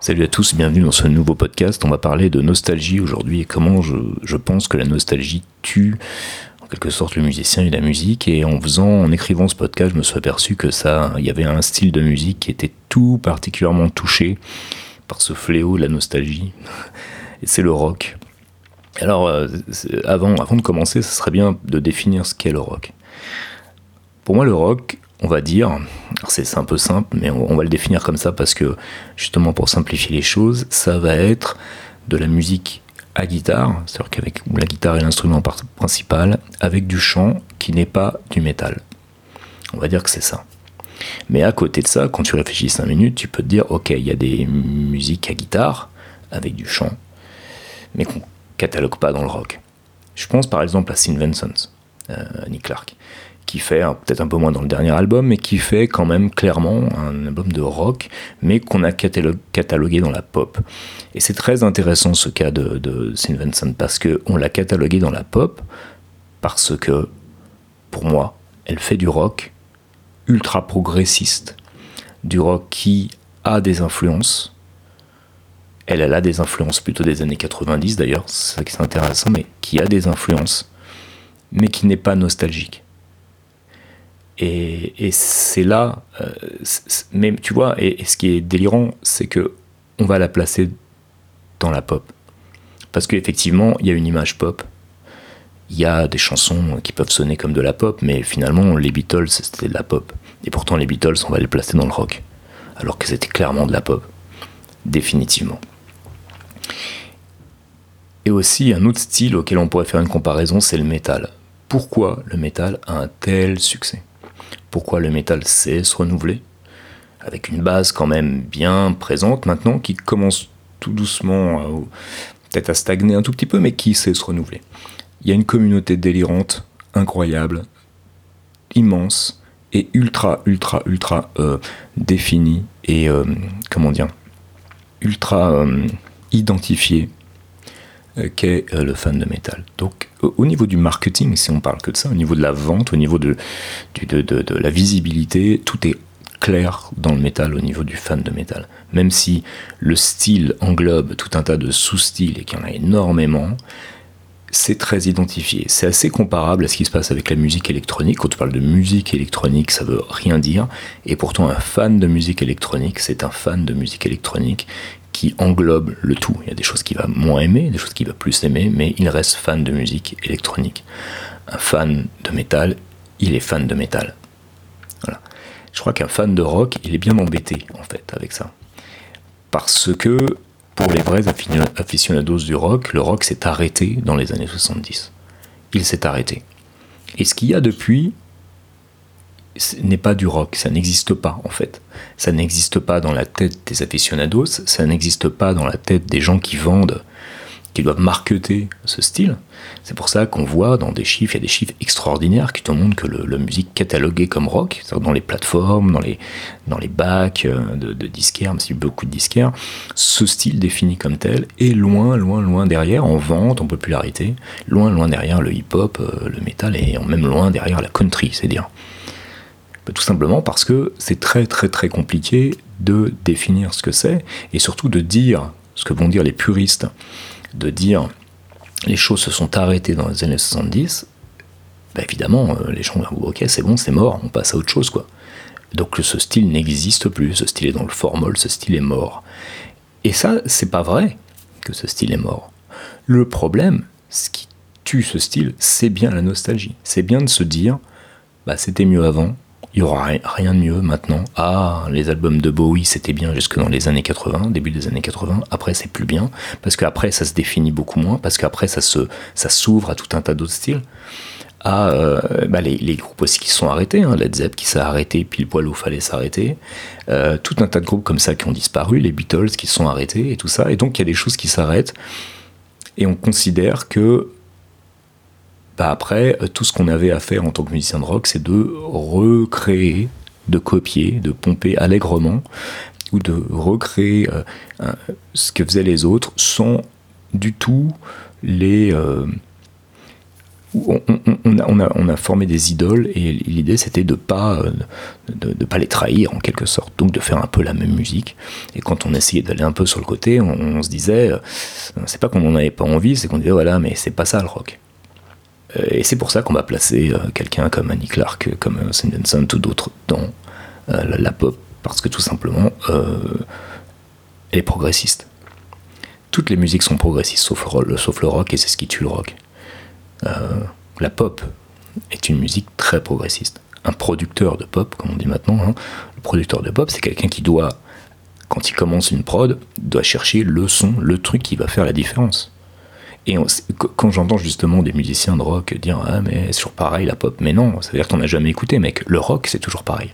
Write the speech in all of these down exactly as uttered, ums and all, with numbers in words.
Salut à tous, bienvenue dans ce nouveau podcast. On va parler de nostalgie aujourd'hui et comment je, je pense que la nostalgie tue en quelque sorte le musicien et la musique. Et en faisant, en écrivant ce podcast, je me suis aperçu que ça, il y avait un style de musique qui était tout particulièrement touché par ce fléau, la nostalgie. Et c'est le rock. Alors, avant, avant de commencer, ce serait bien de définir ce qu'est le rock. Pour moi, le rock, on va dire, alors c'est, c'est un peu simple, mais on, on va le définir comme ça parce que, justement, pour simplifier les choses, ça va être de la musique à guitare, c'est-à-dire qu'avec où la guitare est l'instrument par- principal, avec du chant qui n'est pas du métal. On va dire que c'est ça. Mais à côté de ça, quand tu réfléchis cinq minutes, tu peux te dire, ok, il y a des musiques à guitare avec du chant, mais qu'on catalogue pas dans le rock. Je pense par exemple à Saint Vincent, euh, Nick Clark, qui fait, peut-être un peu moins dans le dernier album, mais qui fait quand même clairement un album de rock, mais qu'on a catalogué, catalogué dans la pop. Et c'est très intéressant ce cas de, de Saint Vincent, parce qu'on l'a catalogué dans la pop, parce que, pour moi, elle fait du rock ultra progressiste, du rock qui a des influences. Elle, elle a des influences plutôt des années quatre-vingt-dix d'ailleurs, c'est ça qui est intéressant, mais qui a des influences, mais qui n'est pas nostalgique. Et, et c'est là, euh, c'est, mais tu vois, et, et ce qui est délirant, c'est que on va la placer dans la pop. Parce qu'effectivement, il y a une image pop, il y a des chansons qui peuvent sonner comme de la pop, mais finalement, les Beatles, c'était de la pop. Et pourtant, les Beatles, on va les placer dans le rock. Alors que c'était clairement de la pop. Définitivement. Et aussi, un autre style auquel on pourrait faire une comparaison, c'est le métal. Pourquoi le métal a un tel succès ? Pourquoi le métal sait se renouveler ? Avec une base quand même bien présente maintenant, qui commence tout doucement, à, peut-être à stagner un tout petit peu, mais qui sait se renouveler. Il y a une communauté délirante, incroyable, immense, et ultra, ultra, ultra euh, définie, et, euh, comment dire, ultra euh, identifiée, qu'est le fan de métal. Donc au niveau du marketing, si on parle que de ça, au niveau de la vente, au niveau de, de, de, de la visibilité, tout est clair dans le métal au niveau du fan de métal. Même si le style englobe tout un tas de sous-styles et qu'il y en a énormément, c'est très identifié. C'est assez comparable à ce qui se passe avec la musique électronique. Quand on parle de musique électronique, ça veut rien dire. Et pourtant, un fan de musique électronique, c'est un fan de musique électronique qui englobe le tout. Il y a des choses qu'il va moins aimer, des choses qu'il va plus aimer, mais il reste fan de musique électronique. Un fan de métal, il est fan de métal. Voilà. Je crois qu'un fan de rock, il est bien embêté, en fait, avec ça. Parce que, pour les vrais aficionados du rock, le rock s'est arrêté dans les années soixante-dix. Il s'est arrêté. Et ce qu'il y a depuis n'est pas du rock, ça n'existe pas en fait. Ça n'existe pas dans la tête des aficionados, ça n'existe pas dans la tête des gens qui vendent, qui doivent marketer ce style. C'est pour ça qu'on voit dans des chiffres, il y a des chiffres extraordinaires qui te montrent que le, la musique cataloguée comme rock, c'est-à-dire dans les plateformes, dans les, dans les bacs de, de disquaires, même si beaucoup de disquaires, ce style défini comme tel est loin, loin, loin derrière, en vente, en popularité, loin, loin derrière le hip-hop, le métal et même loin derrière la country, c'est dire. Tout simplement parce que c'est très très très compliqué de définir ce que c'est et surtout de dire ce que vont dire les puristes, de dire les choses se sont arrêtées dans les années soixante-dix, bah évidemment les gens vont dire ok c'est bon, c'est mort, on passe à autre chose quoi. Donc ce style n'existe plus, ce style est dans le formol, ce style est mort. Et ça c'est pas vrai que ce style est mort. Le problème, ce qui tue ce style, c'est bien la nostalgie. C'est bien de se dire bah c'était mieux avant. Il n'y aura rien de mieux maintenant. Ah, les albums de Bowie, c'était bien jusque dans les années quatre-vingts, début des années quatre-vingts. Après, c'est plus bien, parce qu'après, ça se définit beaucoup moins, parce qu'après, ça, se, ça s'ouvre à tout un tas d'autres styles. À euh, bah les, les groupes aussi qui se sont arrêtés, hein, Led Zepp qui s'est arrêté pile poil où il fallait s'arrêter. Euh, tout un tas de groupes comme ça qui ont disparu, les Beatles qui se sont arrêtés et tout ça. Et donc, il y a des choses qui s'arrêtent, et on considère que Bah après, tout ce qu'on avait à faire en tant que musicien de rock, c'est de recréer, de copier, de pomper allègrement, ou de recréer euh, un, ce que faisaient les autres sans du tout les, euh, On, on, on, a, on, a, on a formé des idoles et l'idée c'était de pas de, de pas les trahir en quelque sorte, donc de faire un peu la même musique. Et quand on essayait d'aller un peu sur le côté, on, on se disait, c'est pas qu'on en avait pas envie, c'est qu'on disait voilà, mais c'est pas ça le rock. Et c'est pour ça qu'on va placer quelqu'un comme Annie Clark, comme Saint Vincent ou d'autres dans euh, la, la pop, parce que tout simplement euh, elle est progressiste. Toutes les musiques sont progressistes sauf, sauf le rock, et c'est ce qui tue le rock. Euh, la pop est une musique très progressiste. Un producteur de pop, comme on dit maintenant, hein, le producteur de pop, c'est quelqu'un qui doit, quand il commence une prod, doit chercher le son, le truc qui va faire la différence. Et on, quand j'entends justement des musiciens de rock dire ah mais c'est toujours pareil la pop, mais non, ça veut dire que t'en as jamais écouté, mec. Le rock c'est toujours pareil.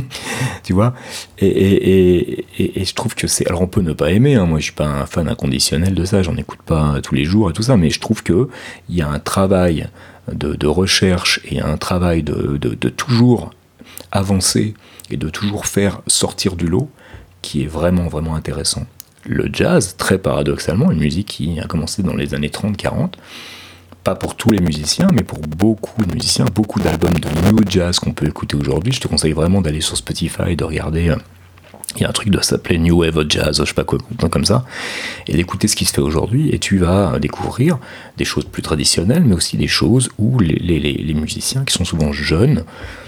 Tu vois, et, et, et, et, et je trouve que c'est, alors on peut ne pas aimer, hein, moi je suis pas un fan inconditionnel de ça, j'en écoute pas tous les jours et tout ça, mais je trouve que il y a un travail de, de recherche et un travail de, de, de toujours avancer et de toujours faire sortir du lot qui est vraiment vraiment intéressant. Le jazz, très paradoxalement, une musique qui a commencé dans les années trente quarante, pas pour tous les musiciens, mais pour beaucoup de musiciens, beaucoup d'albums de new jazz qu'on peut écouter aujourd'hui. Je te conseille vraiment d'aller sur Spotify, de regarder, il y a un truc qui doit s'appeler New Wave of Jazz, je sais pas quoi, comme ça, et d'écouter ce qui se fait aujourd'hui, et tu vas découvrir des choses plus traditionnelles, mais aussi des choses où les, les, les musiciens, qui sont souvent jeunes,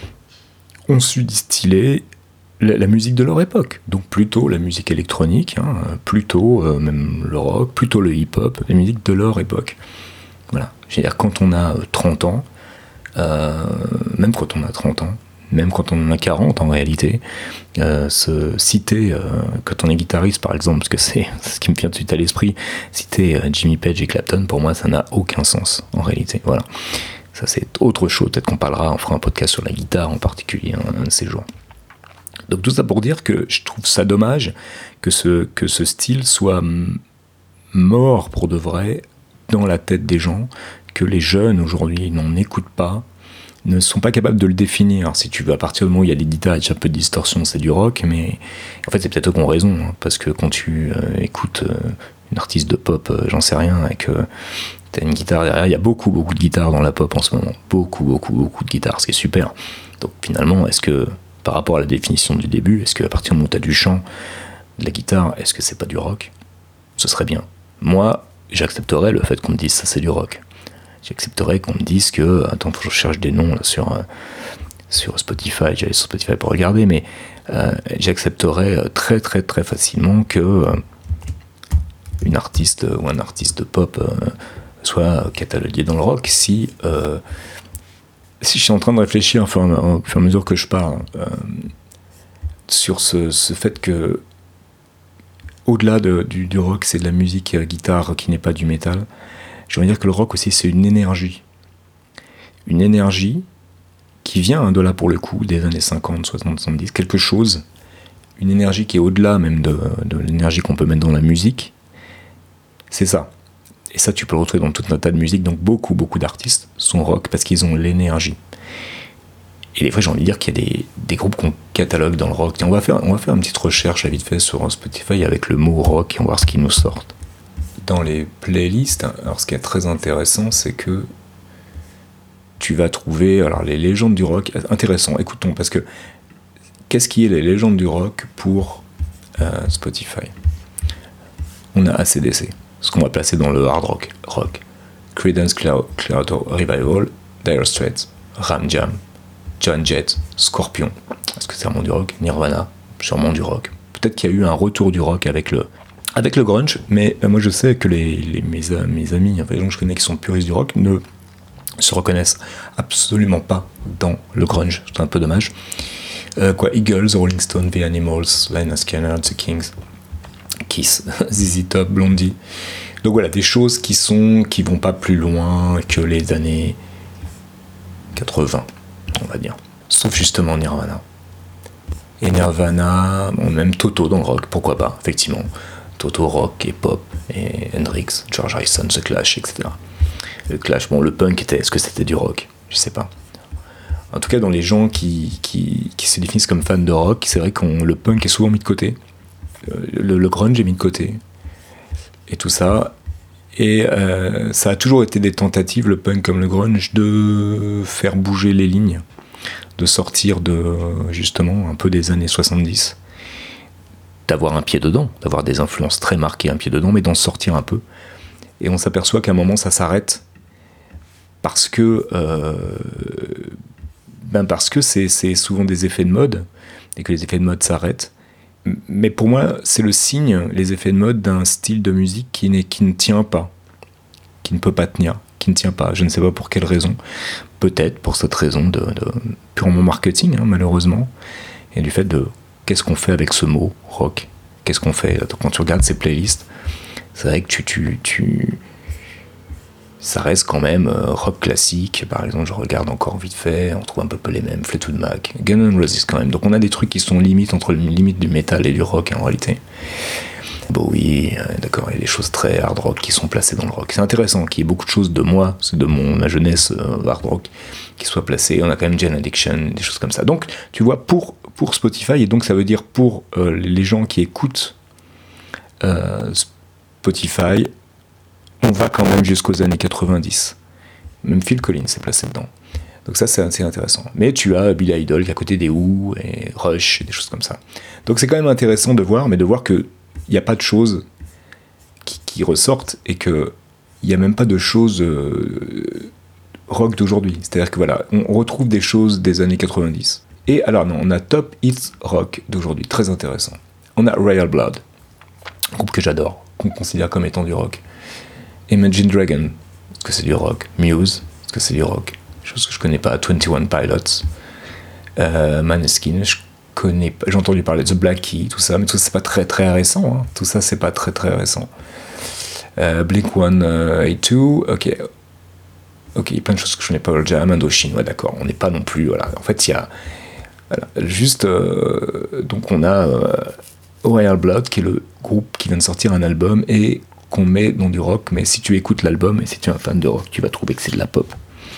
ont su distiller la, la musique de leur époque, donc plutôt la musique électronique, hein, plutôt euh, même le rock, plutôt le hip-hop, la musique de leur époque. Voilà. Je veux dire, quand on a trente ans, euh, même quand on a trente ans, même quand on en a quarante en réalité, euh, se citer, euh, quand on est guitariste par exemple, parce que c'est ce qui me vient tout de suite à l'esprit, citer euh, Jimmy Page et Clapton, pour moi ça n'a aucun sens en réalité. Voilà. Ça c'est autre chose, peut-être qu'on parlera, on fera un podcast sur la guitare en particulier un, un de ces jours. Donc tout ça pour dire que je trouve ça dommage que ce, que ce style soit m- mort pour de vrai dans la tête des gens, que les jeunes aujourd'hui n'en écoutent pas, ne sont pas capables de le définir. Alors, si tu veux, à partir du moment où il y a des guitares et un peu de distorsion, c'est du rock, mais en fait c'est peut-être eux qui ont raison, hein, parce que quand tu euh, écoutes euh, une artiste de pop, euh, j'en sais rien, et que t'as une guitare derrière, il y a beaucoup beaucoup de guitares dans la pop en ce moment, beaucoup beaucoup beaucoup de guitares, ce qui est super. Donc finalement, est-ce que par rapport à la définition du début, est-ce qu'à partir du moment où t'as du chant, de la guitare, est-ce que c'est pas du rock ? Ce serait bien. Moi, j'accepterais le fait qu'on me dise ça c'est du rock. J'accepterais qu'on me dise que, attends, faut que je cherche des noms là, sur, euh, sur Spotify, j'allais sur Spotify pour regarder, mais euh, j'accepterais très très très facilement que euh, une artiste ou un artiste de pop euh, soit catalogué dans le rock si, euh, si je suis en train de réfléchir au fur et à mesure que je parle euh, sur ce, ce fait que au-delà de, du, du rock, c'est de la musique euh, guitare qui n'est pas du métal. Je veux dire que le rock aussi, c'est une énergie. Une énergie qui vient de là pour le coup, des années cinquante, soixante, soixante-dix, quelque chose, une énergie qui est au-delà même de, de l'énergie qu'on peut mettre dans la musique. C'est ça. Et ça, tu peux le retrouver dans tout un tas de musique. Donc beaucoup, beaucoup d'artistes sont rock parce qu'ils ont l'énergie. Et des fois, j'ai envie de dire qu'il y a des, des groupes qu'on catalogue dans le rock. Et on va faire, on va faire une petite recherche à vite fait sur Spotify avec le mot rock et on va voir ce qu'ils nous sortent. Dans les playlists, alors ce qui est très intéressant, c'est que tu vas trouver alors les légendes du rock. Intéressant, écoutons, parce que qu'est-ce qui est les légendes du rock pour euh, Spotify ? On a A C D C, ce qu'on va placer dans le hard rock. rock. Creedence Clearwater Revival, Dire Straits, Ram Jam, Joan Jett, Scorpion. Est-ce que c'est vraiment du rock ? Nirvana, sûrement du rock. Peut-être qu'il y a eu un retour du rock avec le Avec le grunge, mais euh, moi je sais que les, les, mes, mes amis, enfin, les gens que je connais qui sont puristes du rock, ne se reconnaissent absolument pas dans le grunge. C'est un peu dommage. Euh, quoi, Eagles, Rolling Stones, The Animals, Lynyrd Skynyrd, The Kings, Kiss, Z Z Top, Blondie. Donc voilà, des choses qui sont, qui vont pas plus loin que les années quatre-vingts, on va dire. Sauf justement Nirvana. Et Nirvana, bon, même Toto dans le rock, pourquoi pas, effectivement. Toto rock et pop, et Hendrix, George Harrison, The Clash, et cetera. Le Clash, bon, le punk était, est-ce que c'était du rock ? Je sais pas. En tout cas, dans les gens qui, qui, qui se définissent comme fans de rock, c'est vrai que le punk est souvent mis de côté. Le, le grunge est mis de côté. Et tout ça. Et euh, ça a toujours été des tentatives, le punk comme le grunge, de faire bouger les lignes, de sortir de, justement, un peu des années soixante-dix, d'avoir un pied dedans, d'avoir des influences très marquées, un pied dedans, mais d'en sortir un peu. Et on s'aperçoit qu'à un moment, ça s'arrête, parce que, euh, ben parce que c'est, c'est souvent des effets de mode, et que les effets de mode s'arrêtent. Mais pour moi, c'est le signe, les effets de mode, d'un style de musique qui, n'est, qui ne tient pas, qui ne peut pas tenir, qui ne tient pas. Je ne sais pas pour quelle raison. Peut-être pour cette raison de, de purement marketing, hein, malheureusement, et du fait de qu'est-ce qu'on fait avec ce mot rock. Qu'est-ce qu'on fait quand tu regardes ces playlists. C'est vrai que tu, tu, tu... ça reste quand même euh, rock classique. Par exemple, je regarde encore vite fait, on trouve un peu les mêmes, Fleetwood Mac, Guns N' Roses quand même. Donc on a des trucs qui sont limites entre les limites du métal et du rock en réalité. Bon oui, euh, d'accord, il y a des choses très hard rock qui sont placées dans le rock. C'est intéressant qu'il y ait beaucoup de choses de moi, de mon, ma jeunesse euh, hard rock, qui soient placées. On a quand même Gen Addiction, des choses comme ça. Donc tu vois, pour, pour Spotify, et donc ça veut dire pour euh, les gens qui écoutent euh, Spotify, on va quand même jusqu'aux années quatre-vingt-dix. Même Phil Collins s'est placé dedans. Donc ça, c'est assez intéressant. Mais tu as Billy Idol qui est à côté des Who, et Rush, et des choses comme ça. Donc c'est quand même intéressant de voir, mais de voir qu'il n'y a pas de choses qui, qui ressortent, et qu'il n'y a même pas de choses euh, rock d'aujourd'hui. C'est-à-dire que voilà, on retrouve des choses des années quatre-vingt-dix. Et alors non, on a Top Hits Rock d'aujourd'hui, très intéressant. On a Royal Blood, groupe que j'adore, qu'on considère comme étant du rock. Imagine Dragon, est-ce que c'est du rock? Muse, est-ce que c'est du rock? Chose que je connais pas. vingt et un Pilots, euh, Maneskin, je connais pas. J'ai entendu parler de The Black Key, tout ça, mais tout ça c'est pas très très récent. Hein. Tout ça c'est pas très très récent. Euh, Blink cent quatre-vingt-deux, ok, ok, il y a plein de choses que je connais pas. Le Jam, Indochine, ouais d'accord. On n'est pas non plus. Voilà. En fait il y a, voilà, juste euh, donc on a euh, Royal Blood qui est le groupe qui vient de sortir un album et qu'on met dans du rock, mais si tu écoutes l'album et si tu es un fan de rock, tu vas trouver que c'est de la pop.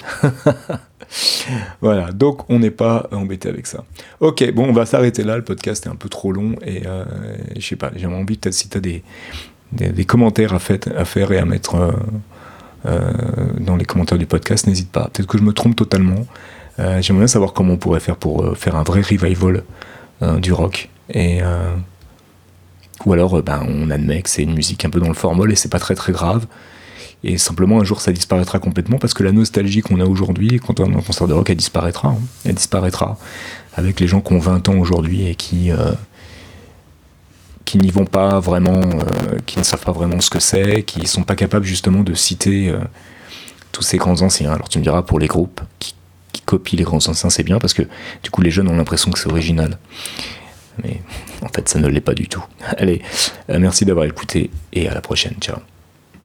Voilà, donc on n'est pas embêté avec ça. Ok, bon, on va s'arrêter là, le podcast est un peu trop long, et euh, je sais pas, j'ai envie, peut-être si tu as des, des, des commentaires à, fait, à faire et à mettre euh, euh, dans les commentaires du podcast, n'hésite pas. Peut-être que je me trompe totalement. Euh, j'aimerais bien savoir comment on pourrait faire pour euh, faire un vrai revival euh, du rock, et... Euh, ou alors ben, on admet que c'est une musique un peu dans le formol et c'est pas très très grave, et simplement un jour ça disparaîtra complètement parce que la nostalgie qu'on a aujourd'hui quand on est dans un concert de rock, elle disparaîtra, hein. Elle disparaîtra avec les gens qui ont vingt ans aujourd'hui et qui euh, qui n'y vont pas vraiment, euh, qui ne savent pas vraiment ce que c'est, qui sont pas capables justement de citer euh, tous ces grands anciens. Alors tu me diras, pour les groupes qui, qui copient les grands anciens c'est bien parce que du coup les jeunes ont l'impression que c'est original. Mais en fait, ça ne l'est pas du tout. Allez, euh, merci d'avoir écouté et à la prochaine. Ciao.